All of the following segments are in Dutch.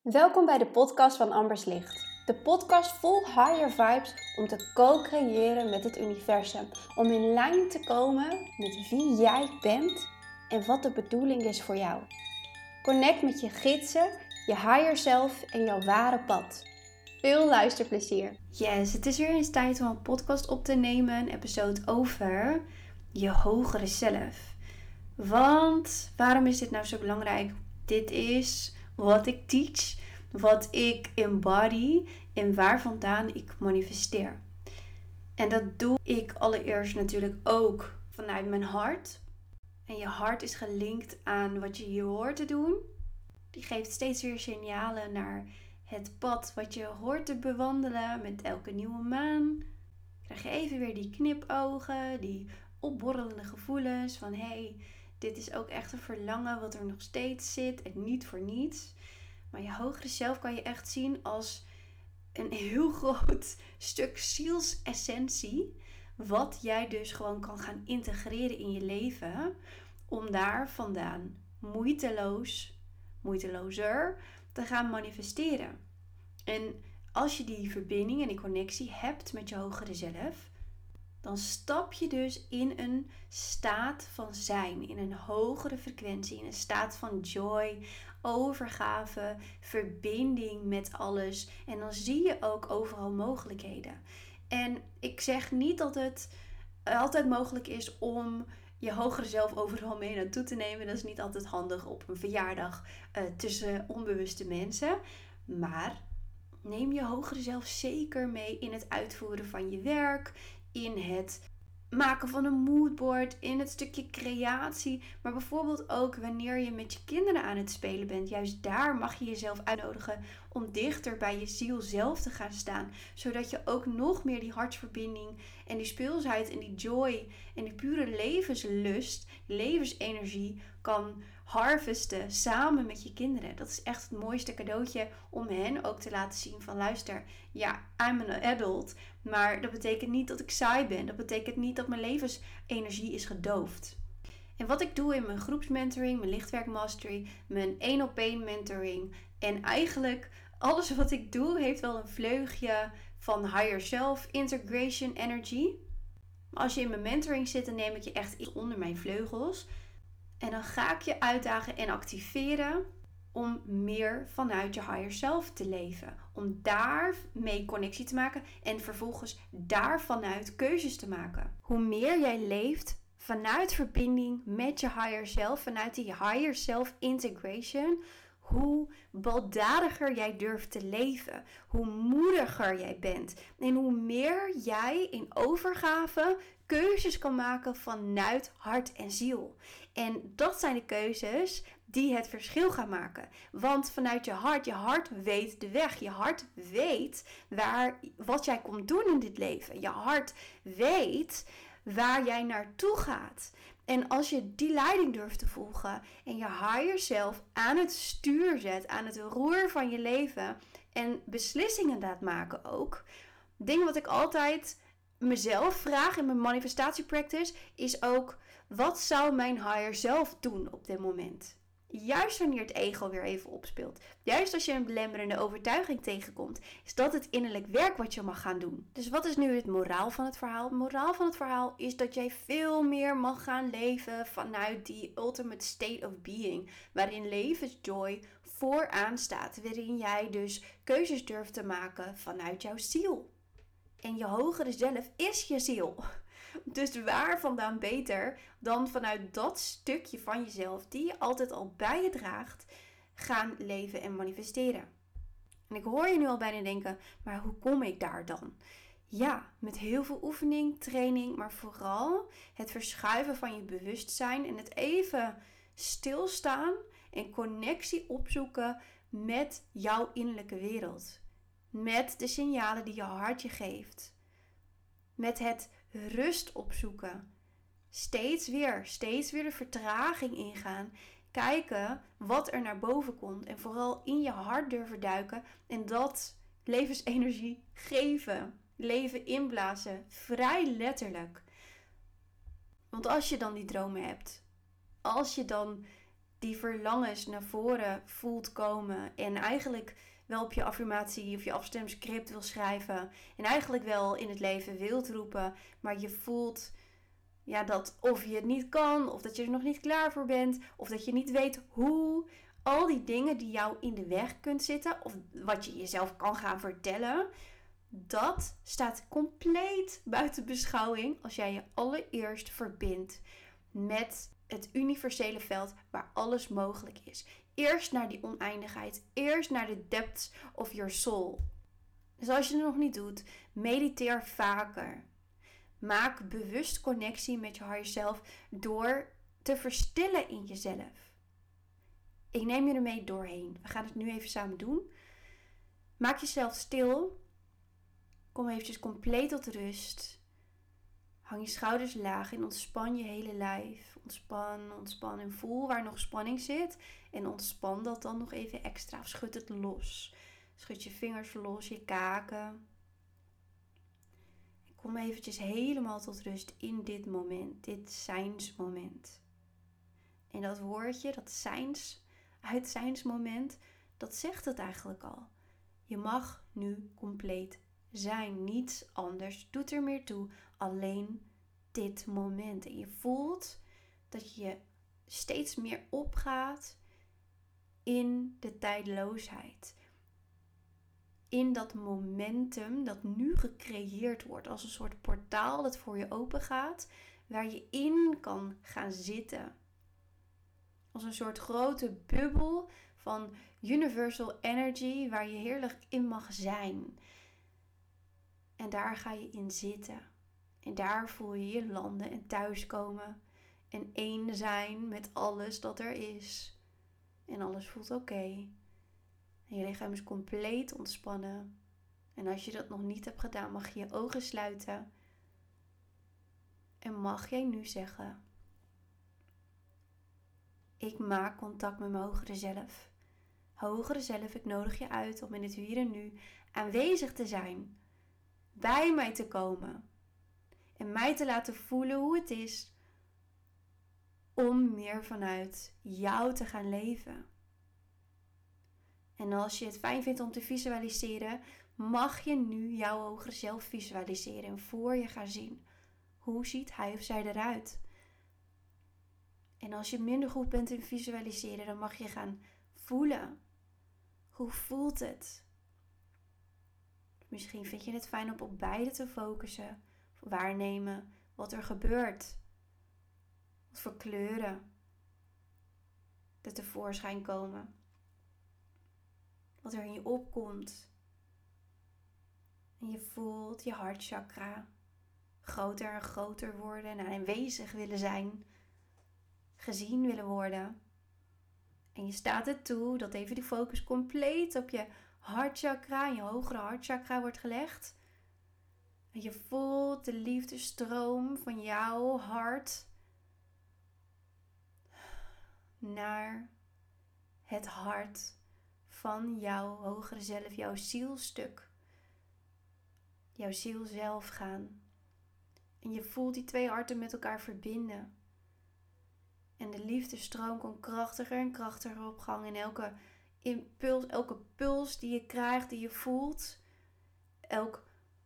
Welkom bij de podcast van Ambers Licht. De podcast vol higher vibes om te co-creëren met het universum. Om in lijn te komen met wie jij bent en wat de bedoeling is voor jou. Connect met je gidsen, je higher self en jouw ware pad. Veel luisterplezier. Yes, het is weer eens tijd om een podcast op te nemen. Een episode over je hogere zelf. Want waarom is dit nou zo belangrijk? Dit is wat ik teach, wat ik embody en waar vandaan ik manifesteer. En dat doe ik allereerst natuurlijk ook vanuit mijn hart. En je hart is gelinkt aan wat je hier hoort te doen. Die geeft steeds weer signalen naar het pad wat je hoort te bewandelen met elke nieuwe maan. Krijg je even weer die knipogen, die opborrelende gevoelens van hey, dit is ook echt een verlangen wat er nog steeds zit en niet voor niets. Maar je hogere zelf kan je echt zien als een heel groot stuk zielsessentie. Wat jij dus gewoon kan gaan integreren in je leven. Om daar vandaan moeitelozer te gaan manifesteren. En als je die verbinding en die connectie hebt met je hogere zelf, dan stap je dus in een staat van zijn, in een hogere frequentie, in een staat van joy, overgave, verbinding met alles. En dan zie je ook overal mogelijkheden. En ik zeg niet dat het altijd mogelijk is om je hogere zelf overal mee naartoe te nemen. Dat is niet altijd handig op een verjaardag tussen onbewuste mensen. Maar neem je hogere zelf zeker mee in het uitvoeren van je werk, in het maken van een moodboard, in het stukje creatie. Maar bijvoorbeeld ook wanneer je met je kinderen aan het spelen bent. Juist daar mag je jezelf uitnodigen om dichter bij je ziel zelf te gaan staan. Zodat je ook nog meer die hartsverbinding en die speelsheid en die joy en die pure levenslust, levensenergie kan harvesten samen met je kinderen. Dat is echt het mooiste cadeautje om hen ook te laten zien van luister, ja, I'm an adult, maar dat betekent niet dat ik saai ben. Dat betekent niet dat mijn levensenergie is gedoofd. En wat ik doe in mijn groepsmentoring, mijn lichtwerk mastery, mijn 1-op-1 mentoring en eigenlijk alles wat ik doe heeft wel een vleugje van higher self, integration, energy. Maar als je in mijn mentoring zit, dan neem ik je echt onder mijn vleugels. En dan ga ik je uitdagen en activeren om meer vanuit je higher self te leven. Om daarmee connectie te maken en vervolgens daarvanuit keuzes te maken. Hoe meer jij leeft vanuit verbinding met je higher self, vanuit die higher self integration, hoe baldadiger jij durft te leven. Hoe moediger jij bent. En hoe meer jij in overgave keuzes kan maken vanuit hart en ziel. En dat zijn de keuzes die het verschil gaan maken. Want vanuit je hart weet de weg. Je hart weet wat jij komt doen in dit leven. Je hart weet waar jij naartoe gaat. En als je die leiding durft te volgen en je higher self aan het stuur zet, aan het roer van je leven en beslissingen laat maken ook. Ding wat ik altijd mezelf vraag in mijn manifestatiepractice is ook, wat zou mijn higher self doen op dit moment? Juist wanneer het ego weer even opspeelt. Juist als je een belemmerende overtuiging tegenkomt. Is dat het innerlijk werk wat je mag gaan doen. Dus wat is nu het moraal van het verhaal? Het moraal van het verhaal is dat jij veel meer mag gaan leven vanuit die ultimate state of being. Waarin levensjoy vooraan staat. Waarin jij dus keuzes durft te maken vanuit jouw ziel. En je hogere zelf is je ziel. Dus waar vandaan beter dan vanuit dat stukje van jezelf die je altijd al bij je draagt, gaan leven en manifesteren. En ik hoor je nu al bijna denken, maar hoe kom ik daar dan? Ja, met heel veel oefening, training, maar vooral het verschuiven van je bewustzijn en het even stilstaan en connectie opzoeken met jouw innerlijke wereld. Met de signalen die je hart je geeft. Met het rust opzoeken. Steeds weer de vertraging ingaan. Kijken wat er naar boven komt. En vooral in je hart durven duiken. En dat levensenergie geven. Leven inblazen. Vrij letterlijk. Want als je dan die dromen hebt. Als je dan die verlangens naar voren voelt komen en eigenlijk wel op je affirmatie of je afstemscript wil schrijven en eigenlijk wel in het leven wilt roepen, maar je voelt dat of je het niet kan, of dat je er nog niet klaar voor bent, of dat je niet weet hoe. Al die dingen die jou in de weg kunt zitten, of wat je jezelf kan gaan vertellen, dat staat compleet buiten beschouwing als jij je allereerst verbindt met het universele veld waar alles mogelijk is. Eerst naar die oneindigheid, eerst naar de depths of your soul. Dus als je het nog niet doet, mediteer vaker. Maak bewust connectie met je higher self door te verstillen in jezelf. Ik neem je ermee doorheen. We gaan het nu even samen doen. Maak jezelf stil. Kom eventjes compleet tot rust. Hang je schouders laag en ontspan je hele lijf. Ontspan, ontspan en voel waar nog spanning zit. En ontspan dat dan nog even extra. Schud het los. Schud je vingers los, je kaken. Kom eventjes helemaal tot rust in dit moment. Dit zijnsmoment. En dat woordje, dat zijns, uit zijnsmoment, dat zegt het eigenlijk al. Je mag nu compleet zijn. Niets anders doet er meer toe. Alleen dit moment. En je voelt dat je steeds meer opgaat in de tijdloosheid. In dat momentum dat nu gecreëerd wordt. Als een soort portaal dat voor je open gaat. Waar je in kan gaan zitten. Als een soort grote bubbel van universal energy. Waar je heerlijk in mag zijn. En daar ga je in zitten. En daar voel je je landen en thuiskomen. En één zijn met alles dat er is. En alles voelt oké. En je lichaam is compleet ontspannen. En als je dat nog niet hebt gedaan, mag je je ogen sluiten. En mag jij nu zeggen: ik maak contact met mijn hogere zelf. Hogere zelf, ik nodig je uit om in het hier en nu aanwezig te zijn. Bij mij te komen. En mij te laten voelen hoe het is om meer vanuit jou te gaan leven. En als je het fijn vindt om te visualiseren, mag je nu jouw hogere zelf visualiseren en voor je gaan zien. Hoe ziet hij of zij eruit? En als je minder goed bent in visualiseren, dan mag je gaan voelen. Hoe voelt het? Misschien vind je het fijn om op beide te focussen. Waarnemen wat er gebeurt. Wat voor kleuren er tevoorschijn komen. Wat er in je opkomt. En je voelt je hartchakra groter en groter worden en aanwezig willen zijn. Gezien willen worden. En je staat het toe dat even die focus compleet op je hartchakra, je hogere hartchakra wordt gelegd. En je voelt de liefdestroom van jouw hart naar het hart van jouw hogere zelf, jouw zielstuk. Jouw ziel zelf gaan. En je voelt die twee harten met elkaar verbinden. En de liefdestroom komt krachtiger en krachtiger op gang. En elke impuls, elke puls die je krijgt, die je voelt. Elk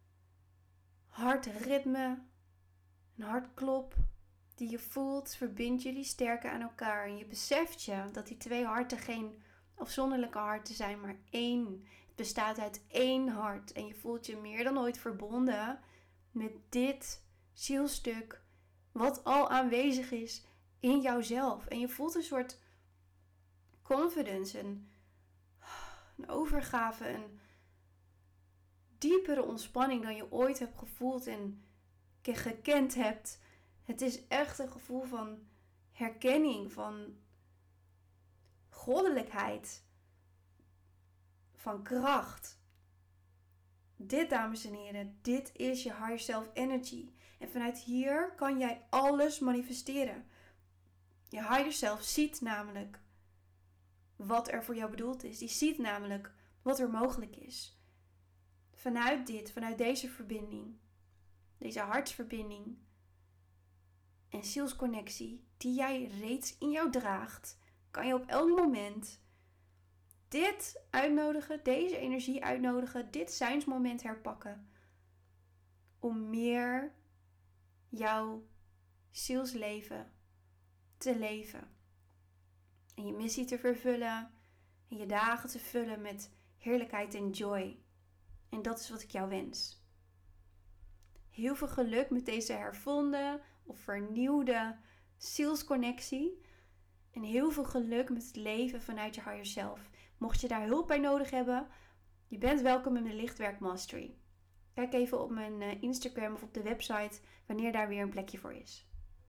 hartritme, een hartklop die je voelt, verbindt jullie sterker aan elkaar. En je beseft je dat die twee harten geen afzonderlijke harten zijn, maar één. Het bestaat uit één hart. En je voelt je meer dan ooit verbonden met dit zielstuk wat al aanwezig is in jouzelf. En je voelt een soort confidence, een overgave, een diepere ontspanning dan je ooit hebt gevoeld en gekend hebt. Het is echt een gevoel van herkenning, van goddelijkheid, van kracht. Dit, dames en heren, dit is je higher self energy. En vanuit hier kan jij alles manifesteren. Je higher self ziet namelijk wat er voor jou bedoeld is. Die ziet namelijk wat er mogelijk is. Vanuit deze verbinding, deze hartsverbinding en zielsconnectie die jij reeds in jou draagt, kan je op elk moment dit uitnodigen, deze energie uitnodigen, dit zijnsmoment herpakken. Om meer jouw zielsleven te leven. En je missie te vervullen. En je dagen te vullen met heerlijkheid en joy. En dat is wat ik jou wens. Heel veel geluk met deze hervonden of vernieuwde zielsconnectie. En heel veel geluk met het leven vanuit je higher self. Mocht je daar hulp bij nodig hebben, je bent welkom in mijn Lichtwerk Mastery. Kijk even op mijn Instagram of op de website wanneer daar weer een plekje voor is.